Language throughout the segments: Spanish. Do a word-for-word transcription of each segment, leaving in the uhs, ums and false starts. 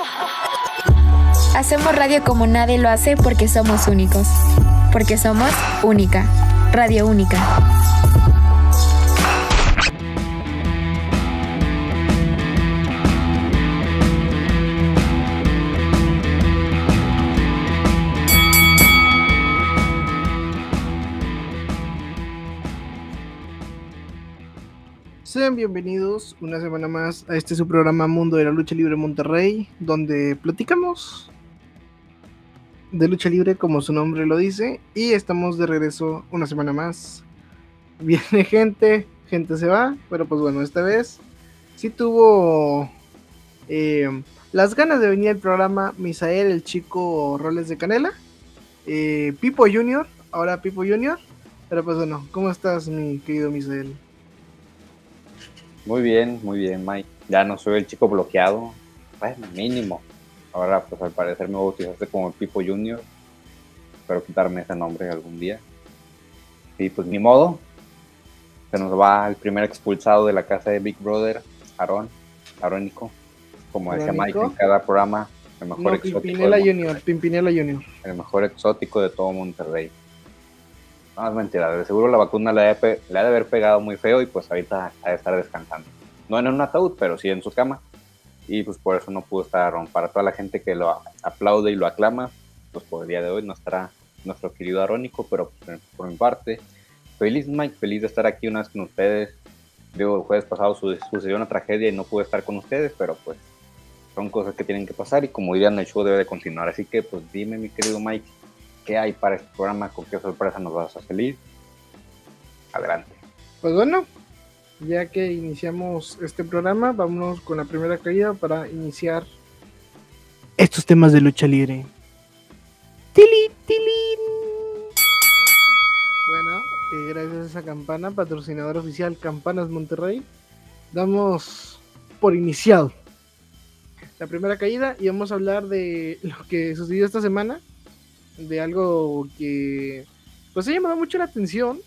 Hacemos radio como nadie lo hace porque somos únicos. Porque somos Única. Radio Única. Sean bienvenidos una semana más a este su programa Mundo de la Lucha Libre Monterrey, donde platicamos de lucha libre como su nombre lo dice, y estamos de regreso una semana más. Viene gente, gente se va, pero pues bueno, esta vez sí tuvo eh, las ganas de venir al programa Misael, el chico Roles de Canela, eh, Pipo Junior, ahora Pipo Junior, pero pues bueno, ¿cómo estás, mi querido Misael? Muy bien, muy bien, Mike. Ya no soy el chico bloqueado. Bueno, mínimo. Ahora, pues al parecer me bautizaste como el Pipo Junior. Espero quitarme ese nombre algún día. Y pues ni modo. Se nos va el primer expulsado de la casa de Big Brother, Aarón, Arónico. Como decía Mike en cada programa, el mejor no, exótico. Pimpinela Junior, Pimpinela Junior. El mejor exótico de todo Monterrey. No, es mentira, de seguro la vacuna le ha, de, le ha de haber pegado muy feo y pues ahorita ha de estar descansando. No en un ataúd, pero sí en su cama. Y pues por eso no pudo estar Aarón. Para toda la gente que lo aplaude y lo aclama, pues por el día de hoy no estará nuestro querido Arónico, pero por, por mi parte, feliz Mike, feliz de estar aquí una vez con ustedes. Digo, el jueves pasado sucedió una tragedia y no pude estar con ustedes, pero pues son cosas que tienen que pasar y como dirían, el show debe de continuar. Así que pues dime, mi querido Mike, ¿qué hay para este programa? ¿Con qué sorpresa nos vas a salir? Adelante. Pues bueno, ya que iniciamos este programa, vámonos con la primera caída para iniciar estos temas de lucha libre. ¡Tilín, tilín! Bueno, eh, gracias a esa campana, patrocinador oficial Campanas Monterrey, damos por iniciado la primera caída y vamos a hablar de lo que sucedió esta semana, de algo que pues ha llamado mucho la atención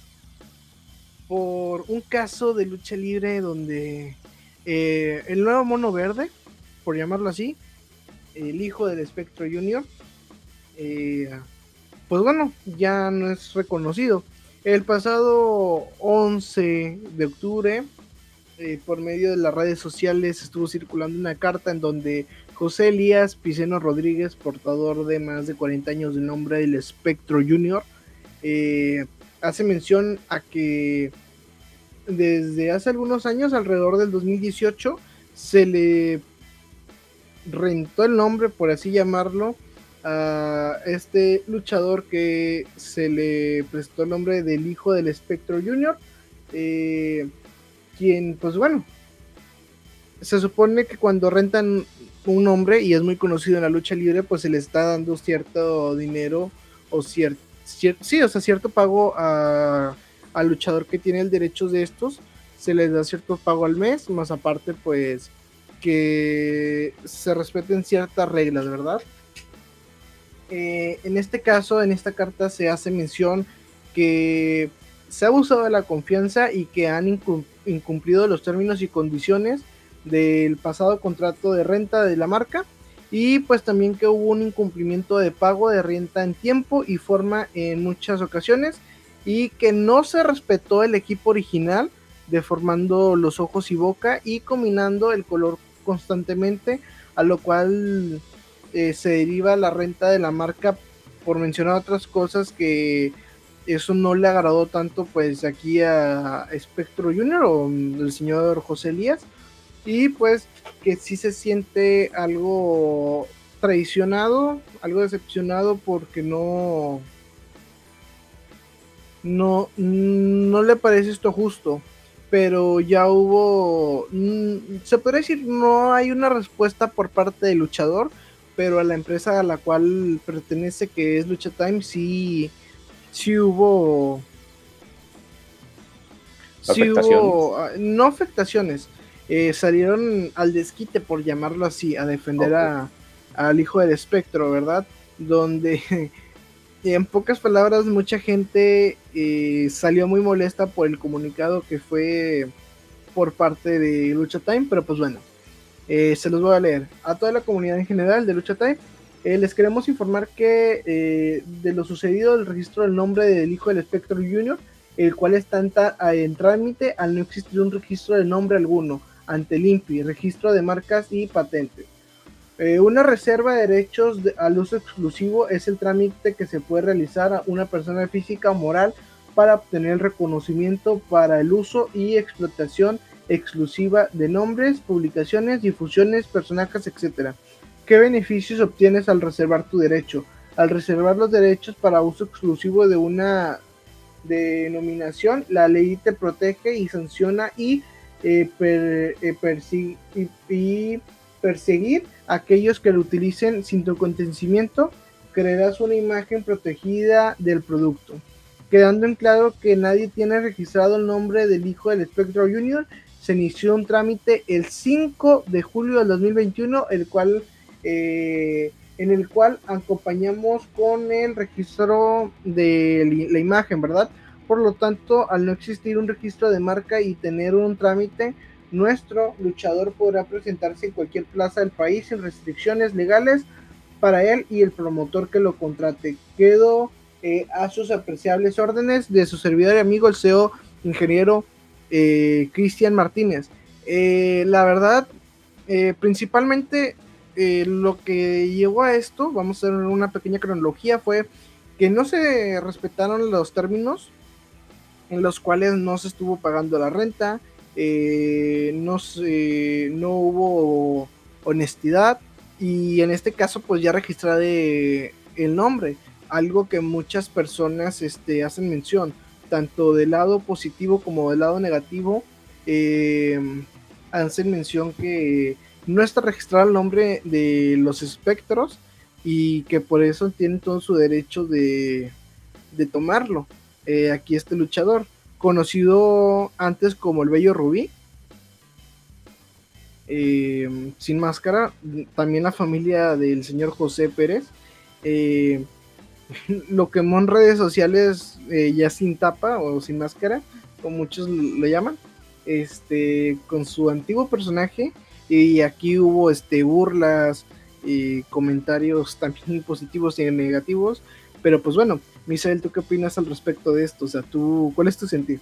por un caso de lucha libre donde eh, el nuevo mono verde, por llamarlo así, el hijo del Espectro Junior, eh, pues bueno, ya no es reconocido. El pasado once de octubre, eh, por medio de las redes sociales, estuvo circulando una carta en donde José Elías Piceno Rodríguez, portador de más de cuarenta años de nombre del Espectro Junior, eh, hace mención a que desde hace algunos años, alrededor del dos mil dieciocho, se le rentó el nombre, por así llamarlo, a este luchador que se le prestó el nombre del hijo del Espectro Junior, eh, quien, pues bueno, se supone que cuando rentan un nombre y es muy conocido en la lucha libre, pues se le está dando cierto dinero o cierto, cier- sí, o sea, cierto pago a, al luchador que tiene el derecho de estos, se les da cierto pago al mes, más aparte pues que se respeten ciertas reglas, ¿verdad? Eh, en este caso, en esta carta se hace mención que se ha abusado de la confianza y que han incum- incumplido los términos y condiciones del pasado contrato de renta de la marca, y pues también que hubo un incumplimiento de pago de renta en tiempo y forma en muchas ocasiones, y que no se respetó el equipo original, deformando los ojos y boca y combinando el color constantemente, a lo cual eh, se deriva la renta de la marca, por mencionar otras cosas que eso no le agradó tanto pues aquí a Espectro Junior o el señor José Elías, y pues que sí se siente algo traicionado, algo decepcionado porque no no no le parece esto justo, pero ya hubo, se podría decir, no hay una respuesta por parte del luchador, pero a la empresa a la cual pertenece, que es Lucha Time, sí sí hubo sí hubo no afectaciones, eh, salieron al desquite, por llamarlo así, a defender okay. a al hijo del Espectro, ¿verdad? Donde en pocas palabras mucha gente eh, salió muy molesta por el comunicado que fue por parte de Lucha Time, pero pues bueno, Eh, se los voy a leer. A toda la comunidad en general de Lucha Time, eh, les queremos informar que eh, de lo sucedido del registro del nombre del hijo del Espectro Junior, el cual está en, ta- en trámite al no existir un registro de nombre alguno ante el I N P I, registro de marcas y patentes. Eh, una reserva de derechos de, al uso exclusivo es el trámite que se puede realizar a una persona física o moral para obtener el reconocimiento para el uso y explotación exclusiva de nombres, publicaciones, difusiones, personajes, etcétera. ¿Qué beneficios obtienes al reservar tu derecho? Al reservar los derechos para uso exclusivo de una denominación, la ley te protege y sanciona y, eh, per, eh, persigue, y, y perseguir a aquellos que lo utilicen sin tu consentimiento. Crearás una imagen protegida del producto, quedando en claro que nadie tiene registrado el nombre del hijo del Espectro Junior. Se inició un trámite el cinco de julio del dos mil veintiuno, el cual, eh, en el cual acompañamos con el registro de la imagen, ¿verdad? Por lo tanto, al no existir un registro de marca y tener un trámite, nuestro luchador podrá presentarse en cualquier plaza del país sin restricciones legales para él y el promotor que lo contrate. Quedo eh, a sus apreciables órdenes de su servidor y amigo, el C E O ingeniero eh, Cristian Martínez. Eh, la verdad, eh, principalmente eh, lo que llevó a esto, vamos a hacer una pequeña cronología, fue que no se respetaron los términos en los cuales no se estuvo pagando la renta, eh, no, se, no hubo honestidad, y en este caso pues ya registré el nombre, algo que muchas personas este, hacen mención, tanto del lado positivo como del lado negativo, eh, hacen mención que no está registrado el nombre de los espectros y que por eso tienen todo su derecho de, de tomarlo. Eh, aquí este luchador, conocido antes como el Bello Rubí, eh, sin máscara, también la familia del señor José Pérez, eh, lo quemó en redes sociales eh, ya sin tapa o sin máscara, como muchos lo llaman, este, con su antiguo personaje, y aquí hubo este, burlas y comentarios también positivos y negativos, pero pues bueno, Misael, ¿tú qué opinas al respecto de esto? O sea, ¿tú, cuál es tu sentir?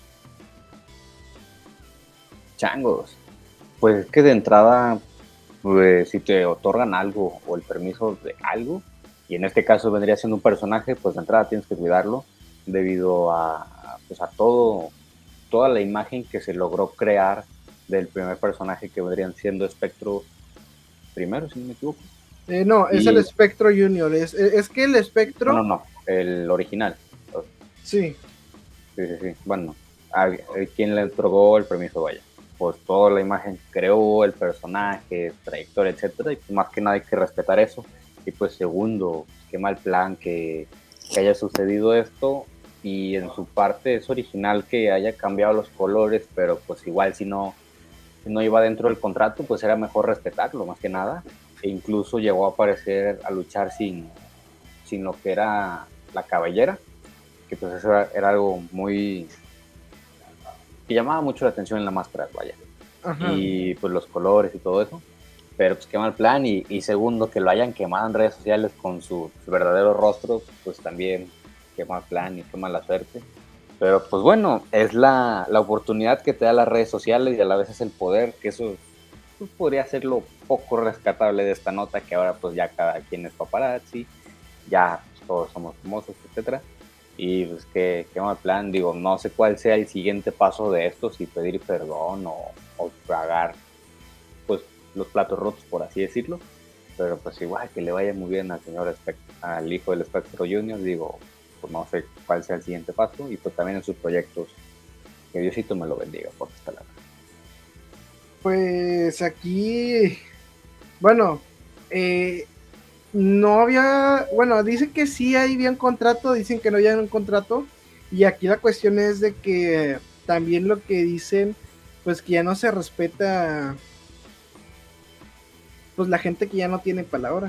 Changos, pues es que de entrada, pues, si te otorgan algo o el permiso de algo, y en este caso vendría siendo un personaje, pues de entrada tienes que cuidarlo debido a, pues a todo, toda la imagen que se logró crear del primer personaje que vendrían siendo Espectro primero, si no me equivoco. Eh, no, es y... el Espectro Junior, es, es que el Espectro... No, no, no, el original. Sí. Sí, sí, sí, bueno, a, a quien le otorgó el permiso, vaya. Pues toda la imagen creó, el personaje, trayectoria, etcétera, y pues más que nada hay que respetar eso. Y pues segundo, qué mal plan que, que haya sucedido esto, y en su parte es original que haya cambiado los colores, pero pues igual si no, si no iba dentro del contrato, pues era mejor respetarlo, más que nada. E incluso llegó a aparecer a luchar sin, sin lo que era la cabellera, que pues eso era, era algo muy... que llamaba mucho la atención en la máscara, vaya. Ajá. Y pues los colores y todo eso. Pero pues qué mal plan, y, y segundo, que lo hayan quemado en redes sociales con su, su verdadero rostro, pues también qué mal plan y qué mala suerte. Pero pues bueno, es la, la oportunidad que te da las redes sociales y a la vez es el poder, que eso pues, podría ser lo poco rescatable de esta nota, que ahora pues ya cada quien es paparazzi, ya pues, todos somos famosos, etcétera. Y pues qué, qué mal plan, digo, no sé cuál sea el siguiente paso de esto, si pedir perdón o, o pagar pues los platos rotos, por así decirlo, pero pues igual que le vaya muy bien al señor Espect- al hijo del Espectro Junior, digo, pues no sé cuál sea el siguiente paso, y pues también en sus proyectos, que Diosito me lo bendiga por esta larga. Pues aquí, bueno, eh, no había, bueno, dicen que sí había un contrato, dicen que no había un contrato, y aquí la cuestión es de que también lo que dicen, pues que ya no se respeta, pues la gente que ya no tiene palabra,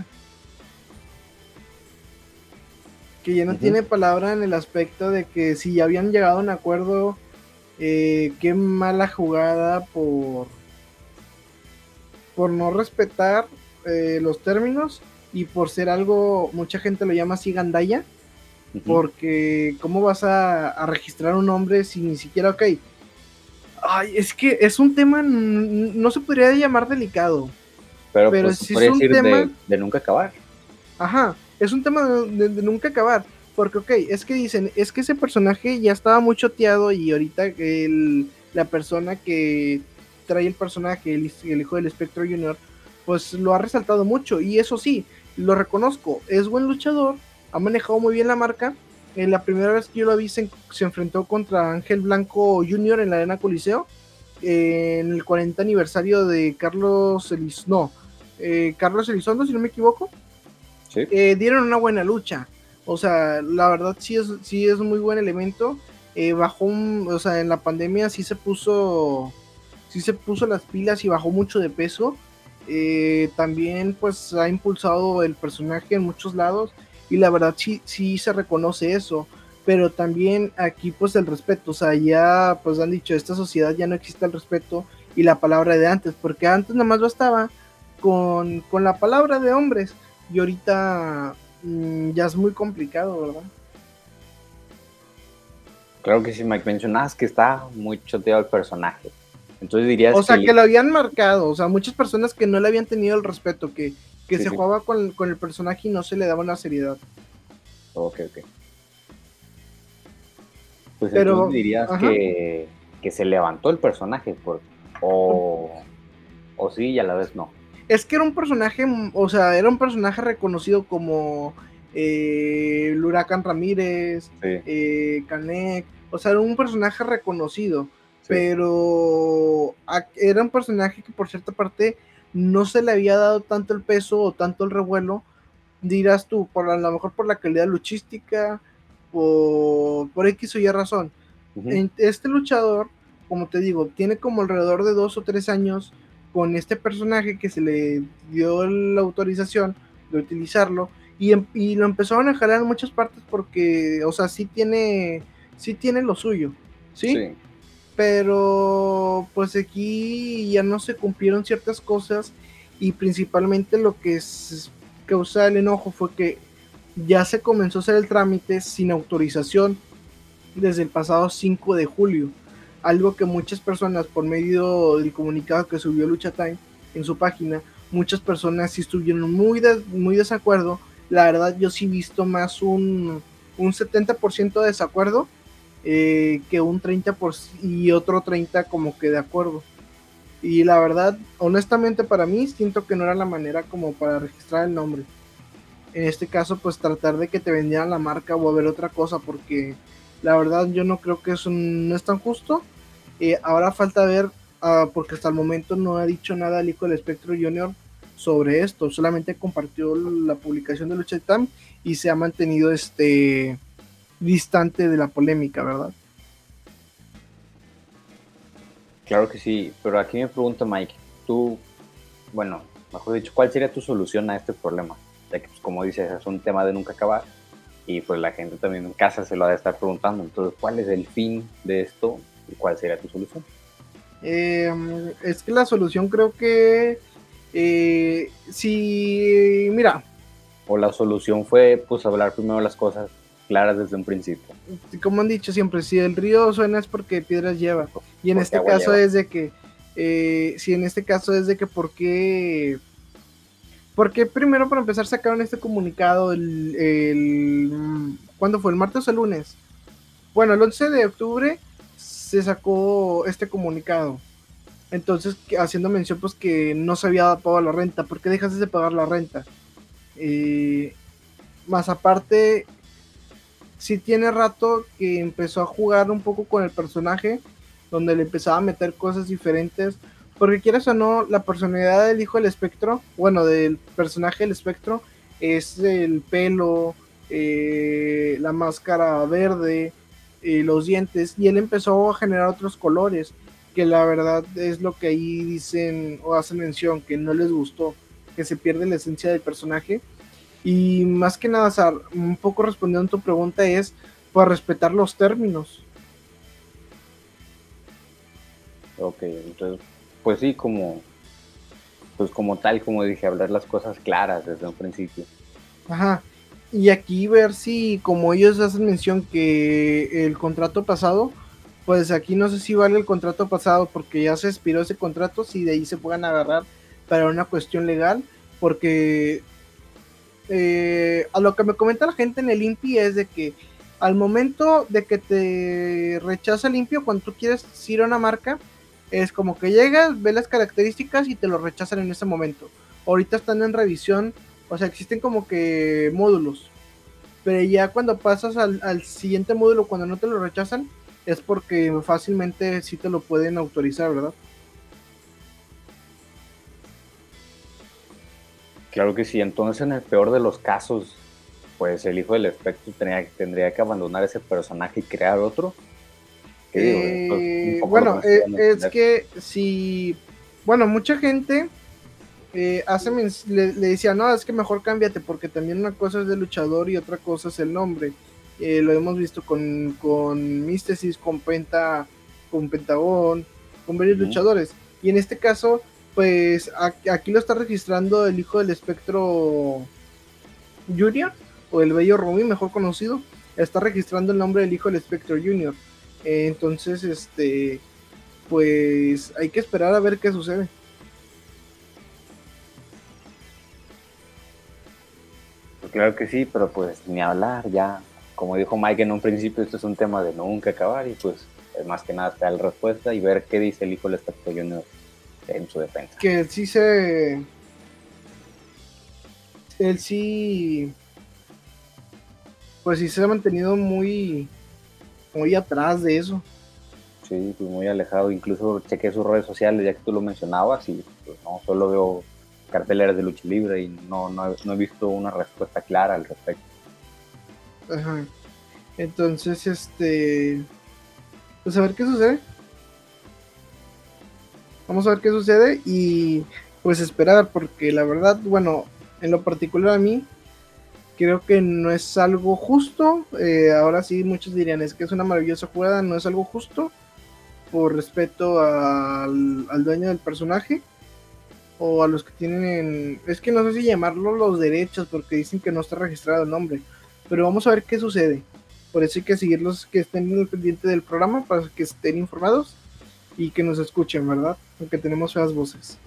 que ya no uh-huh. tiene palabra en el aspecto de que si ya habían llegado a un acuerdo, eh, qué mala jugada por por no respetar eh, los términos y por ser algo, mucha gente lo llama así gandalla, uh-huh. Porque ¿cómo vas a, a registrar un nombre si ni siquiera, ok, ay, es que es un tema, no se podría llamar delicado, pero, pero pues, sí es un tema de, de nunca acabar. Ajá, es un tema de, de, de nunca acabar, porque ok, es que dicen, es que ese personaje ya estaba muy choteado y ahorita el, la persona que trae el personaje, el, el hijo del Espectro Junior, pues lo ha resaltado mucho, y eso sí, lo reconozco, es buen luchador, ha manejado muy bien la marca. En la primera vez que yo lo vi se, se enfrentó contra Ángel Blanco junior en la Arena Coliseo, eh, en el cuarenta aniversario de Carlos Elizondo, no, eh, Carlos Elizondo, si no me equivoco. Sí. Eh, dieron una buena lucha, o sea, la verdad sí es, sí es muy buen elemento. Eh, bajó un, o sea, en la pandemia sí se puso, sí se puso las pilas y bajó mucho de peso. Eh, también pues ha impulsado el personaje en muchos lados y la verdad sí, sí se reconoce eso, pero también aquí pues el respeto, o sea, ya pues han dicho, esta sociedad ya no existe el respeto y la palabra de antes, porque antes nada más bastaba con, con la palabra de hombres y ahorita mmm, ya es muy complicado, ¿verdad? Claro que sí, Mike, mencionabas que está muy choteado el personaje. Entonces dirías o sea, que... que lo habían marcado, o sea, muchas personas que no le habían tenido el respeto, que, que sí, se sí. jugaba con, con el personaje y no se le daba una seriedad. Ok, ok. Pues Pero, entonces dirías que, que se levantó el personaje, por, o, o sí y a la vez no. Es que era un personaje, o sea, era un personaje reconocido como eh, el Huracán Ramírez, sí. eh, Canek, o sea, era un personaje reconocido. Sí. Pero era un personaje que por cierta parte no se le había dado tanto el peso o tanto el revuelo, dirás tú, por a lo mejor por la calidad luchística, por, por X o Y razón. Uh-huh. Este luchador, como te digo, tiene como alrededor de dos o tres años con este personaje que se le dio la autorización de utilizarlo y, y lo empezaron a jalar en muchas partes porque, o sea, sí tiene, sí tiene lo suyo, ¿sí? Sí. Pero pues aquí ya no se cumplieron ciertas cosas y principalmente lo que es, causa el enojo fue que ya se comenzó a hacer el trámite sin autorización desde el pasado cinco de julio, algo que muchas personas por medio del comunicado que subió Lucha Time en su página, muchas personas sí estuvieron muy, de, muy desacuerdo. La verdad yo sí he visto más un, un setenta por ciento de desacuerdo eh, que un treinta por ciento y otro treinta por ciento como que de acuerdo. Y la verdad, honestamente para mí siento que no era la manera como para registrar el nombre. En este caso pues tratar de que te vendieran la marca o a ver otra cosa, porque la verdad yo no creo que eso no es tan justo. Eh, ahora falta ver, uh, porque hasta el momento no ha dicho nada el hijo del Espectro Junior sobre esto, solamente compartió la publicación de Lucha Time y se ha mantenido este distante de la polémica, ¿verdad? Claro que sí, pero aquí me pregunta Mike, tú, bueno, mejor dicho, ¿cuál sería tu solución a este problema? Ya que, pues, como dices, es un tema de nunca acabar y pues la gente también en casa se lo ha de estar preguntando. Entonces, ¿cuál es el fin de esto y cuál sería tu solución? Eh, es que la solución creo que eh, si, mira. O la solución fue, pues, hablar primero las cosas claras desde un principio. Como han dicho siempre, si el río suena es porque piedras lleva. Y en este caso lleva. es de que, eh, si en este caso es de que, ¿por qué? Porque primero, para empezar, sacaron este comunicado el, el ¿cuándo fue? ¿El martes o el lunes? Bueno, el once de octubre se sacó este comunicado. Entonces, haciendo mención, pues, que no se había pagado la renta. ¿Por qué dejas de pagar la renta? Eh, más aparte, sí tiene rato que empezó a jugar un poco con el personaje, donde le empezaba a meter cosas diferentes. Porque quieras o no, la personalidad del hijo del espectro, bueno, del personaje del espectro, es el pelo, eh, la máscara verde, eh, los dientes, y él empezó a generar otros colores, que la verdad es lo que ahí dicen o hacen mención, que no les gustó, que se pierde la esencia del personaje. Y más que nada, o sea, un poco respondiendo a tu pregunta es, pues, respetar los términos. Ok, entonces, pues sí, como, pues como tal, como dije, hablar las cosas claras desde un principio. Ajá. Y aquí ver si, como ellos hacen mención que el contrato pasado, pues aquí no sé si vale el contrato pasado porque ya se expiró ese contrato, si de ahí se puedan agarrar para una cuestión legal, porque eh, a lo que me comenta la gente en el I N P I es de que al momento de que te rechaza el I N P I, cuando tú quieres ir a una marca, es como que llegas, ves las características y te lo rechazan en ese momento. Ahorita están en revisión, o sea, existen como que módulos, pero ya cuando pasas al, al siguiente módulo, cuando no te lo rechazan, es porque fácilmente sí te lo pueden autorizar, ¿verdad? Claro que sí, entonces en el peor de los casos, pues el hijo del espectro tendría, tendría que abandonar ese personaje y crear otro. ¿Qué digo? Eh, bueno, eh, es que si, bueno, mucha gente eh, hace le, le decía, no, es que mejor cámbiate, porque también una cosa es de luchador y otra cosa es el nombre. Eh, lo hemos visto con, con Místesis, con Penta, con Pentagón, con varios uh-huh. luchadores. Y en este caso, pues aquí, aquí lo está registrando el hijo del espectro Junior, o el bello Rumi, mejor conocido, está registrando el nombre del hijo del espectro Junior. Eh, entonces, este, pues hay que esperar a ver qué sucede. Pues claro que sí, pero pues ni hablar, ya, como dijo Mike en un principio, esto es un tema de nunca acabar y pues es más que nada esperar la respuesta y ver qué dice el hijo del espectro Junior en su defensa. Que él sí se... Él sí... Pues sí se ha mantenido muy... muy atrás de eso. Sí, pues muy alejado, incluso chequé sus redes sociales ya que tú lo mencionabas y pues no, solo veo carteleras de lucha libre y no, no, no he visto una respuesta clara al respecto. Ajá. Entonces, este... pues a ver qué sucede. Vamos a ver qué sucede y pues esperar, porque la verdad, bueno, en lo particular a mí, creo que no es algo justo. Eh, ahora sí, muchos dirían, es que es una maravillosa jugada, no es algo justo, por respeto al, al dueño del personaje, o a los que tienen, es que no sé si llamarlo los derechos, porque dicen que no está registrado el nombre, pero vamos a ver qué sucede. Por eso hay que seguirlos, que estén en el pendiente del programa, para que estén informados y que nos escuchen, ¿verdad? Porque tenemos feas voces.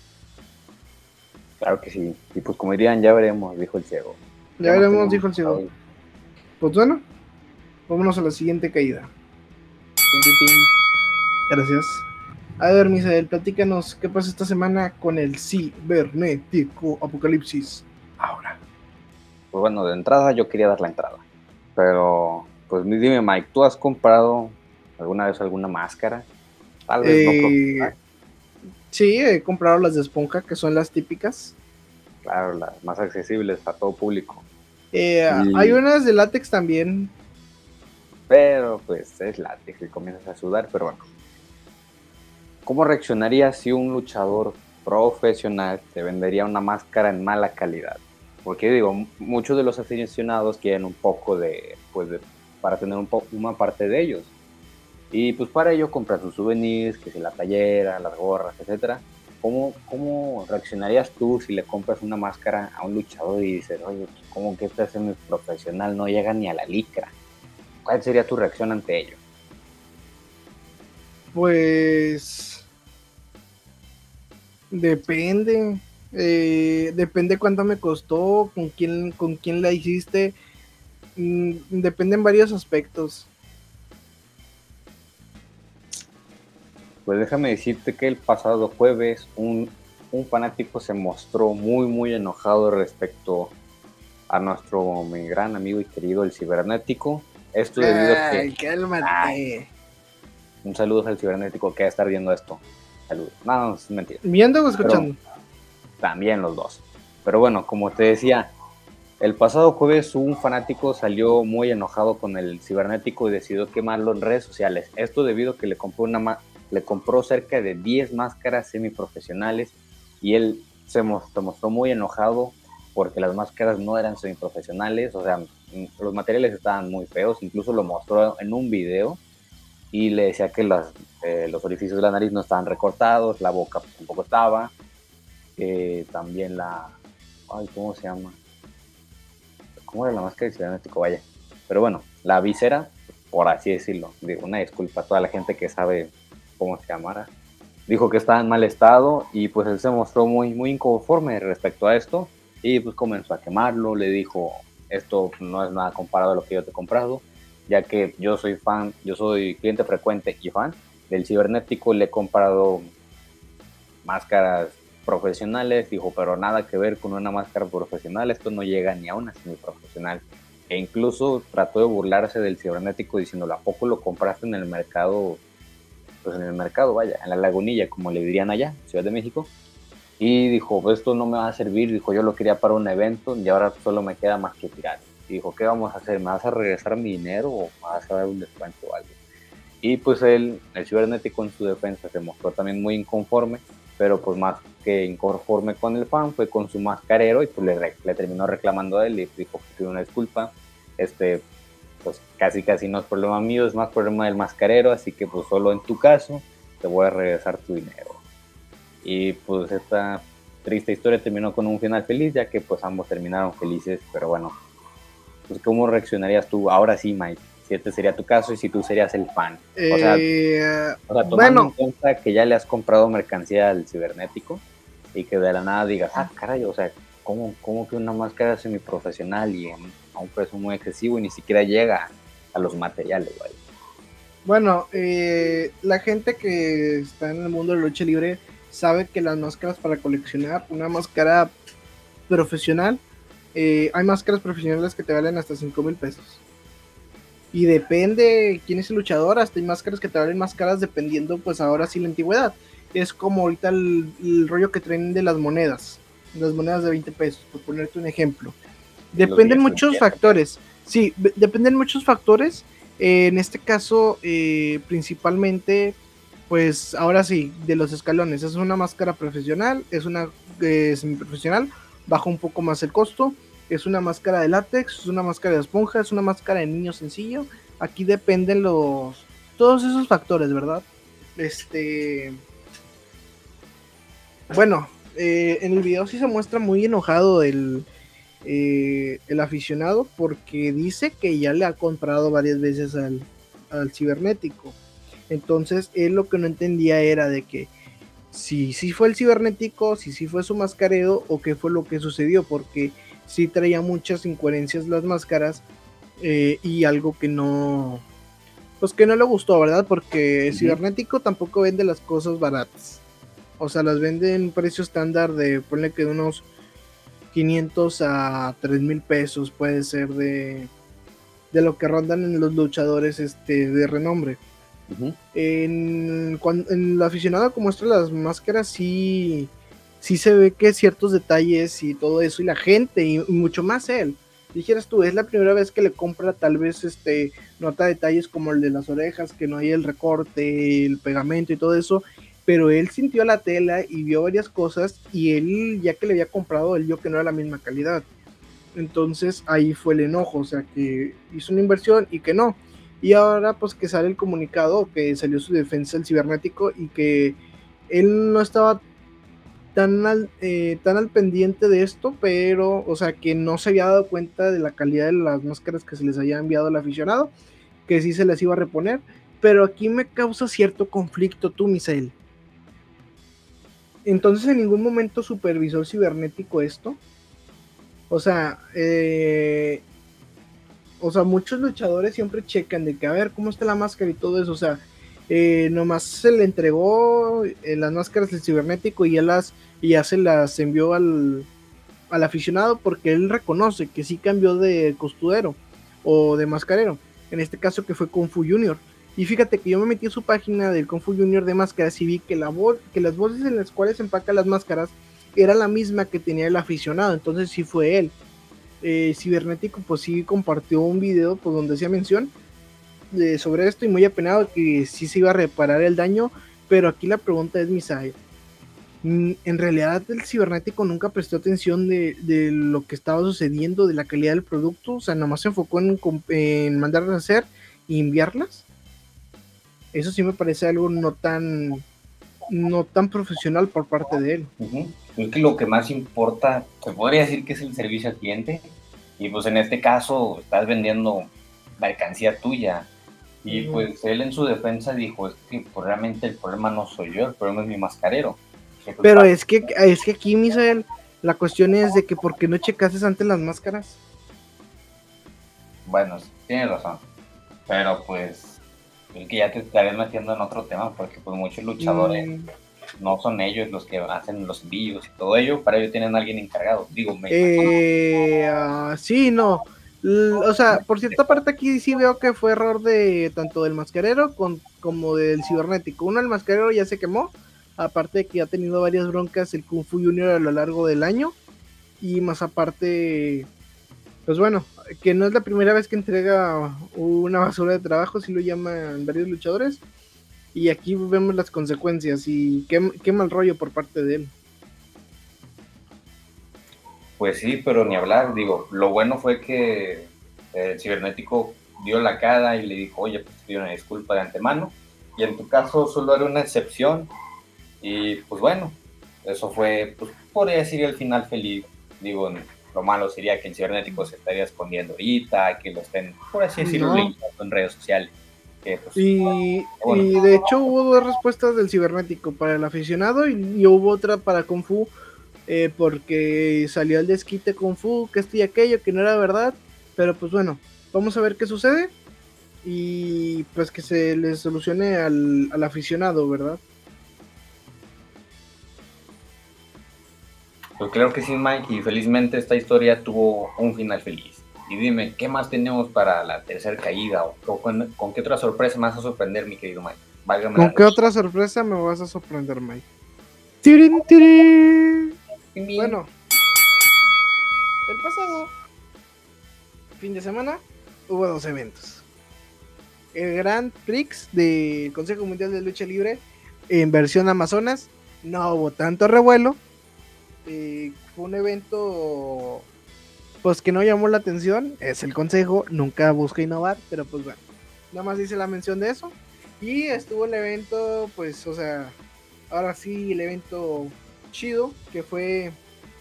Claro que sí, y pues como dirían, ya veremos, dijo el ciego. Ya, ya veremos, dijo el ciego. Pues bueno, vámonos a la siguiente caída. Ping, ping, ping. Gracias. A ver, Misael, platícanos qué pasa esta semana con el cibernético apocalipsis. Ahora. Pues bueno, de entrada yo quería dar la entrada. Pero, pues dime, Mike, ¿tú has comprado alguna vez alguna máscara? Tal vez eh, no. Sí, he comprado las de esponja, que son las típicas. Claro, las más accesibles a todo público. Eh, y... Hay unas de látex también. Pero, pues, es látex y comienzas a sudar, pero bueno. ¿Cómo reaccionarías si un luchador profesional te vendería una máscara en mala calidad? Porque digo, muchos de los aficionados quieren un poco de, pues, de, para tener un poco, una parte de ellos. Y pues para ello compran sus souvenirs, que si la playera, las gorras, etcétera. ¿Cómo, ¿Cómo reaccionarías tú si le compras una máscara a un luchador y dices, oye, ¿cómo que este es profesional? No llega ni a la licra. ¿Cuál sería tu reacción ante ello? Pues... Depende. Eh, depende cuánto me costó, con quién, con quién la hiciste. Mm, depende en varios aspectos. Pues déjame decirte que el pasado jueves un, un fanático se mostró muy muy enojado respecto a nuestro mi gran amigo y querido el cibernético. Esto debido a que... Ay, cálmate. Ay, un saludo al cibernético que va a estar viendo esto. Saludos. No, no, es mentira. ¿Viendo o escuchando? Pero también los dos. Pero bueno, como te decía, el pasado jueves un fanático salió muy enojado con el cibernético y decidió quemarlo en redes sociales. Esto debido a que le compró una ma- le compró cerca de diez máscaras semiprofesionales y él se mostró, mostró muy enojado porque las máscaras no eran semiprofesionales, o sea, los materiales estaban muy feos, incluso lo mostró en un video y le decía que las, eh, los orificios de la nariz no estaban recortados, la boca tampoco estaba, eh, también la, ay, ¿cómo se llama? ¿Cómo era la máscara del cibernético? Vaya. Pero bueno, la visera, por así decirlo, digo, una disculpa a toda la gente que sabe cómo se llamara, dijo que estaba en mal estado y pues él se mostró muy, muy inconforme respecto a esto y pues comenzó a quemarlo, le dijo, esto no es nada comparado a lo que yo te he comprado, ya que yo soy fan, yo soy cliente frecuente y fan del cibernético, le he comprado máscaras profesionales, dijo, pero nada que ver con una máscara profesional, esto no llega ni a una semiprofesional, e incluso trató de burlarse del cibernético diciéndolo, ¿a poco lo compraste en el mercado? Pues en el mercado, vaya, en la Lagunilla, como le dirían allá, Ciudad de México, y dijo, pues esto no me va a servir, dijo, yo lo quería para un evento y ahora solo me queda más que tirar. Y dijo, ¿qué vamos a hacer? ¿Me vas a regresar mi dinero o me vas a dar un descuento o algo? Y pues él, el cibernético en su defensa se mostró también muy inconforme, pero pues más que inconforme con el fan, fue con su mascarero y pues le, le terminó reclamando a él y dijo que pidió una disculpa, este, pues casi casi no es problema mío, es más problema del mascarero, así que pues solo en tu caso te voy a regresar tu dinero. Y pues esta triste historia terminó con un final feliz, ya que pues ambos terminaron felices, pero bueno, pues ¿cómo reaccionarías tú? Ahora sí, Mike, si este sería tu caso y si tú serías el fan. O sea, eh, o sea tomando bueno. en cuenta que ya le has comprado mercancía al cibernético y que de la nada digas, ah, caray, o sea, ¿cómo, cómo que una máscara semiprofesional y en, a un precio muy excesivo y ni siquiera llega a los materiales, ¿vale? Bueno, eh, la gente que está en el mundo de la lucha libre sabe que las máscaras para coleccionar, una máscara profesional, eh, hay máscaras profesionales que te valen hasta cinco mil pesos. Y depende quién es el luchador, hasta hay máscaras que te valen más caras dependiendo, pues ahora sí, la antigüedad. Es como ahorita el, el rollo que traen de las monedas, las monedas de veinte pesos, por ponerte un ejemplo. Dependen muchos factores. Sí, dependen muchos factores. Eh, en este caso, eh, principalmente, pues ahora sí, de los escalones. Es una máscara profesional, es una eh, semiprofesional, baja un poco más el costo. Es una máscara de látex, es una máscara de esponja, es una máscara de niño sencillo. Aquí dependen los todos esos factores, ¿verdad? Este, bueno, eh, en el video sí se muestra muy enojado el eh, el aficionado porque dice que ya le ha comprado varias veces al, al cibernético. Entonces él lo que no entendía era de que si sí fue el cibernético, si sí fue su mascareo o qué fue lo que sucedió, porque sí traía muchas incoherencias las máscaras eh, y algo que no, pues que no le gustó, ¿verdad? Porque el uh-huh. cibernético tampoco vende las cosas baratas, o sea, las vende en precio estándar de, ponle que de unos quinientos a tres mil pesos, puede ser de, de lo que rondan en los luchadores este, de renombre. Uh-huh. En, cuando, en el aficionado que muestra las máscaras sí, sí se ve que ciertos detalles y todo eso, y la gente, y mucho más él, dijeras tú, es la primera vez que le compra, tal vez este nota detalles como el de las orejas, que no hay el recorte, el pegamento y todo eso, pero él sintió la tela y vio varias cosas, y él, ya que le había comprado, él vio que no era la misma calidad. Entonces ahí fue el enojo, o sea que hizo una inversión y que no. Y ahora pues que sale el comunicado, que salió su defensa del cibernético y que él no estaba tan al, eh, tan al pendiente de esto, pero, o sea, que no se había dado cuenta de la calidad de las máscaras que se les había enviado al aficionado, que sí se les iba a reponer, pero aquí me causa cierto conflicto tú, Misael. Entonces en ningún momento supervisó el cibernético esto. O sea, eh, o sea, muchos luchadores siempre checan de que a ver cómo está la máscara y todo eso, o sea, eh, nomás se le entregó eh, las máscaras del cibernético y ya las y ya se las envió al, al aficionado, porque él reconoce que sí cambió de costurero o de mascarero, en este caso que fue Kung Fu Junior. Y fíjate que yo me metí a su página del Kung Fu Junior de máscaras y vi que, la voz, que las voces en las cuales empaca las máscaras era la misma que tenía el aficionado, entonces sí fue él. Eh, Cibernético pues sí compartió un video pues, donde hacía mención de, sobre esto, y muy apenado que sí se iba a reparar el daño, pero aquí la pregunta es, Misael, en realidad el cibernético nunca prestó atención de, de lo que estaba sucediendo, de la calidad del producto, o sea, nomás se enfocó en, en mandarlas a hacer y enviarlas. Eso sí me parece algo no tan no tan profesional por parte de él. Uh-huh. Es que lo que más importa, se podría decir que es el servicio al cliente, y pues en este caso estás vendiendo mercancía tuya, y uh-huh. pues él en su defensa dijo, es que pues, realmente el problema no soy yo, el problema es mi mascarero. Que, pues, Pero es que, es que aquí, Misael, la cuestión es de que ¿por qué no checases antes las máscaras? Bueno, tienes razón, pero pues es que ya te estarías metiendo en otro tema, porque pues muchos luchadores mm. no son ellos los que hacen los envíos y todo ello, para ello tienen a alguien encargado, digo, me eh, uh, sí, no, L- o sea, por cierta parte aquí sí veo que fue error de tanto del mascarero con, como del cibernético. Uno, el mascarero ya se quemó, aparte de que ha tenido varias broncas el Kung Fu Junior a lo largo del año, y más aparte, pues bueno, que no es la primera vez que entrega una basura de trabajo, si lo llaman varios luchadores, y aquí vemos las consecuencias, y qué, qué mal rollo por parte de él. Pues sí, pero ni hablar, digo, lo bueno fue que el cibernético dio la cara y le dijo, oye, pues pido una disculpa de antemano, y en tu caso solo era una excepción, y pues bueno, eso fue, pues podría decir el final feliz, digo, lo malo sería que el cibernético se estaría escondiendo ahorita, que lo estén, por así decirlo, no. en redes sociales. Que, pues, y, bueno. y de hecho hubo dos respuestas del cibernético para el aficionado y, y hubo otra para Kung Fu, eh, porque salió el desquite Kung Fu, que esto y aquello, que no era verdad, pero pues bueno, vamos a ver qué sucede y pues que se les solucione al, al aficionado, ¿verdad? Pues claro que sí, Mike, y felizmente esta historia tuvo un final feliz. Y dime, ¿qué más tenemos para la tercera caída? ¿O, o con, con qué otra sorpresa me vas a sorprender, mi querido Mike? Válgame ¿Con qué otra sorpresa me vas a sorprender, Mike? ¡Tirin, tirin! Bueno, el pasado fin de semana hubo dos eventos. El Grand Prix del Consejo Mundial de Lucha Libre en versión Amazonas. No hubo tanto revuelo. Eh, fue un evento pues que no llamó la atención, es el consejo, nunca busca innovar, pero pues bueno, nada más hice la mención de eso, y estuvo el evento, pues, o sea, ahora sí, el evento chido, que fue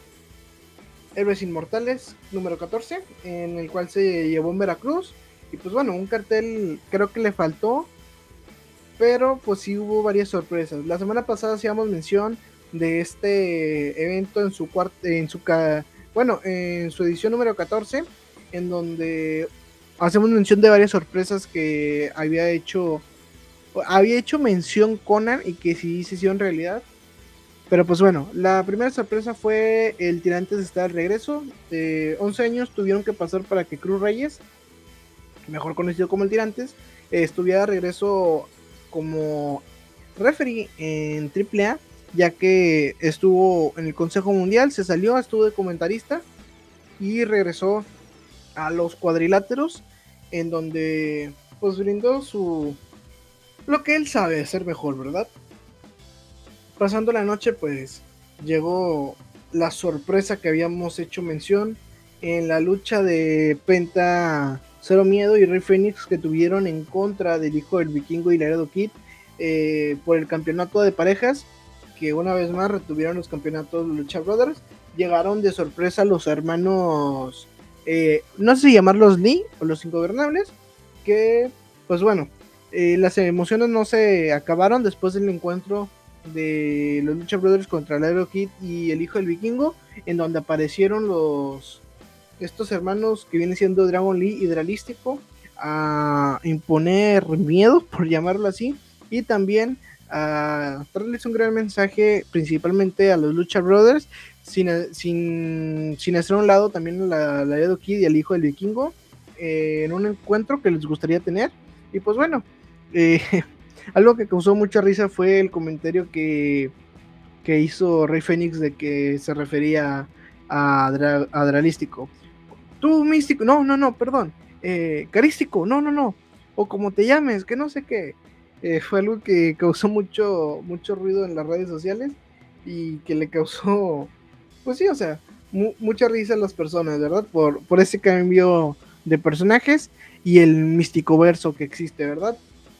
Héroes Inmortales número catorce, en el cual se llevó en Veracruz, y pues bueno, un cartel creo que le faltó, pero pues sí hubo varias sorpresas. La semana pasada hacíamos mención de este evento en su cuarto, en su ca- bueno, en su edición número catorce, en donde hacemos mención de varias sorpresas que había hecho había hecho mención Conan y que sí se hicieron realidad. Pero pues bueno, la primera sorpresa fue el Tirantes está de regreso. Eh, once años tuvieron que pasar para que Cruz Reyes, mejor conocido como el Tirantes, eh, estuviera de regreso como referee en triple A, ya que estuvo en el Consejo Mundial, se salió, estuvo de comentarista y regresó a los cuadriláteros, en donde pues brindó su lo que él sabe hacer mejor, ¿verdad? Pasando la noche, pues llegó la sorpresa que habíamos hecho mención en la lucha de Penta Cero Miedo y Rey Fénix, que tuvieron en contra del hijo del Vikingo y Laredo Kid eh, por el campeonato de parejas, que una vez más retuvieron los campeonatos de Lucha Brothers. Llegaron de sorpresa los hermanos, eh, no sé si llamarlos Lee o los Ingobernables, que pues bueno, eh, las emociones no se acabaron después del encuentro de los Lucha Brothers contra el Aero Kid y el hijo del Vikingo, en donde aparecieron los estos hermanos que vienen siendo Dragon Lee y Dralístico a imponer miedo, por llamarlo así, y también a traerles un gran mensaje principalmente a los Lucha Brothers, sin, sin, sin hacer a un lado también a la, la Aero Kid y al hijo del Vikingo, eh, en un encuentro que les gustaría tener. Y pues bueno, eh, algo que causó mucha risa fue el comentario que, que hizo Rey Fénix de que se refería a, Dra- a Dralístico. Tú, místico, no, no, no, perdón. Eh, carístico, no, no, no. O como te llames, que no sé qué. Eh, fue algo que causó mucho, mucho ruido en las redes sociales y que le causó, pues sí, o sea, mu- mucha risa a las personas, ¿verdad? Por, por ese cambio de personajes y el místico verso que existe, ¿verdad?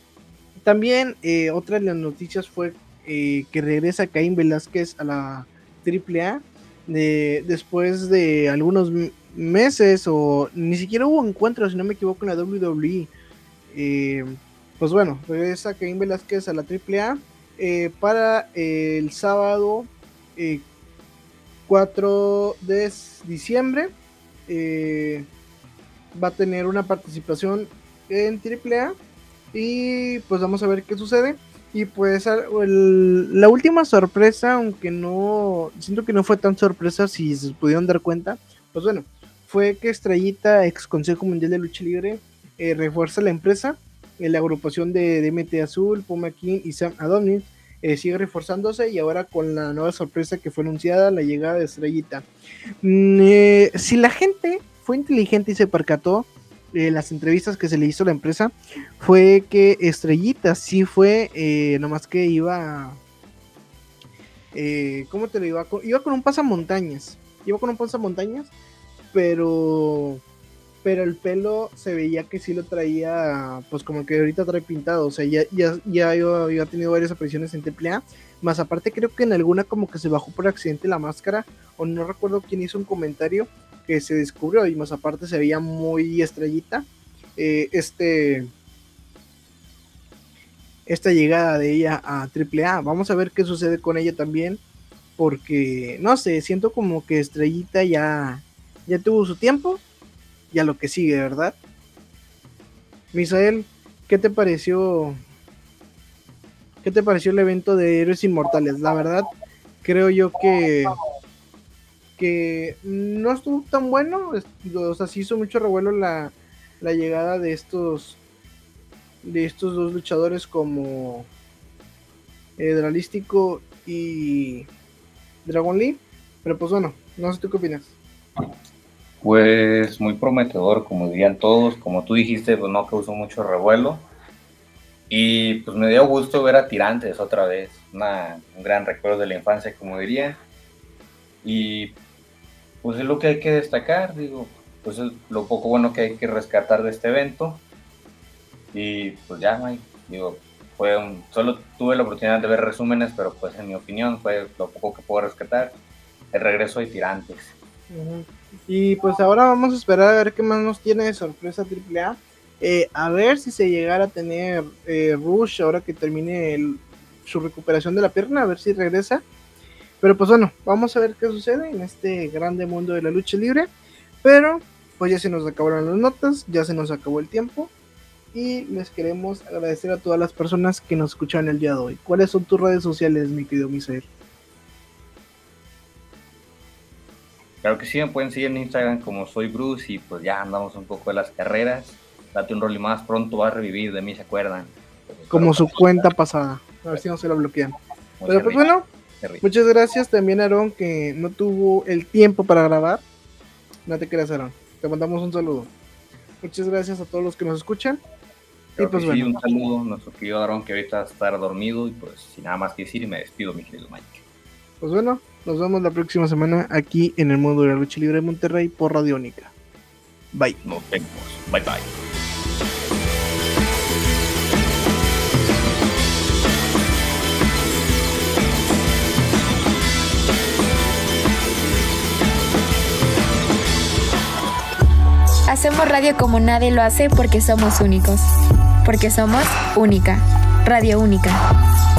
También eh, otra de las noticias fue eh, que regresa Caín Velázquez a la Triple A. De, después de algunos meses, o ni siquiera hubo encuentros, si no me equivoco, en la doble u doble u E. Eh, pues bueno, regresa Caín Velázquez a la Triple A eh, para eh, el sábado eh, cuatro de diciembre. Eh, va a tener una participación en Triple A y pues vamos a ver qué sucede. Y pues el, la última sorpresa, aunque no, siento que no fue tan sorpresa si se pudieron dar cuenta, pues bueno, fue que Estrellita, ex Consejo Mundial de Lucha Libre, eh, refuerza la empresa. En la agrupación de D M T Azul, Puma King y Sam Adonis eh, sigue reforzándose, y ahora con la nueva sorpresa que fue anunciada, la llegada de Estrellita. Mm, eh, si la gente fue inteligente y se percató, Eh, las entrevistas que se le hizo a la empresa, fue que Estrellita sí fue, eh, nomás que iba, eh, ¿cómo te lo iba? Con, iba con un pasamontañas, iba con un pasamontañas, pero, pero el pelo se veía que sí lo traía, pues como que ahorita trae pintado, o sea, ya, ya, ya había tenido varias apariciones en Triple A, más aparte creo que en alguna como que se bajó por accidente la máscara, o no recuerdo quién hizo un comentario, que se descubrió, y más aparte se veía muy Estrellita eh, este esta llegada de ella a Triple A. Vamos a ver qué sucede con ella también, porque no sé, siento como que Estrellita ya ya tuvo su tiempo, y a lo que sigue, ¿verdad? Misael, ¿qué te pareció qué te pareció el evento de Héroes Inmortales? La verdad, creo yo que que no estuvo tan bueno, o sea, sí hizo mucho revuelo la, la llegada de estos de estos dos luchadores como eh, Dralístico y Dragon Lee, pero pues bueno, no sé tú qué opinas. Pues muy prometedor, como dirían todos, como tú dijiste, pues no causó mucho revuelo, y pues me dio gusto ver a Tirantes otra vez, una, un gran recuerdo de la infancia, como diría, y pues es lo que hay que destacar, digo, pues es lo poco bueno que hay que rescatar de este evento. Y pues ya, Mike, digo, fue un, solo tuve la oportunidad de ver resúmenes, pero pues en mi opinión fue lo poco que puedo rescatar, el regreso de Tirantes. Uh-huh. Y pues ahora vamos a esperar a ver qué más nos tiene de sorpresa Triple A, eh, a ver si se llegara a tener eh, Rush ahora que termine el, su recuperación de la pierna, a ver si regresa. Pero pues bueno, vamos a ver qué sucede en este grande mundo de la lucha libre. Pero pues ya se nos acabaron las notas, ya se nos acabó el tiempo, y les queremos agradecer a todas las personas que nos escucharon el día de hoy. ¿Cuáles son tus redes sociales, mi querido Misael? Claro que sí, me pueden seguir en Instagram como soy Bruce, y pues ya andamos un poco de las carreras. Date un rol y más pronto va a revivir, de mí se acuerdan. Pues como su cuenta pasada, a ver si no se la bloquean. Pero pues bueno, muchas gracias también a Aaron, que no tuvo el tiempo para grabar. No te creas, Aaron, te mandamos un saludo. Muchas gracias a todos los que nos escuchan. Claro, y pues bueno, sí, un saludo a nuestro querido Aaron, que ahorita estará dormido, y pues sin nada más que decir, me despido, mi querido Mike. Pues bueno, nos vemos la próxima semana aquí en el mundo de la lucha libre de Monterrey por Radio Única. Bye. Nos vemos. Bye bye. Hacemos radio como nadie lo hace porque somos únicos. Porque somos Única. Radio Única.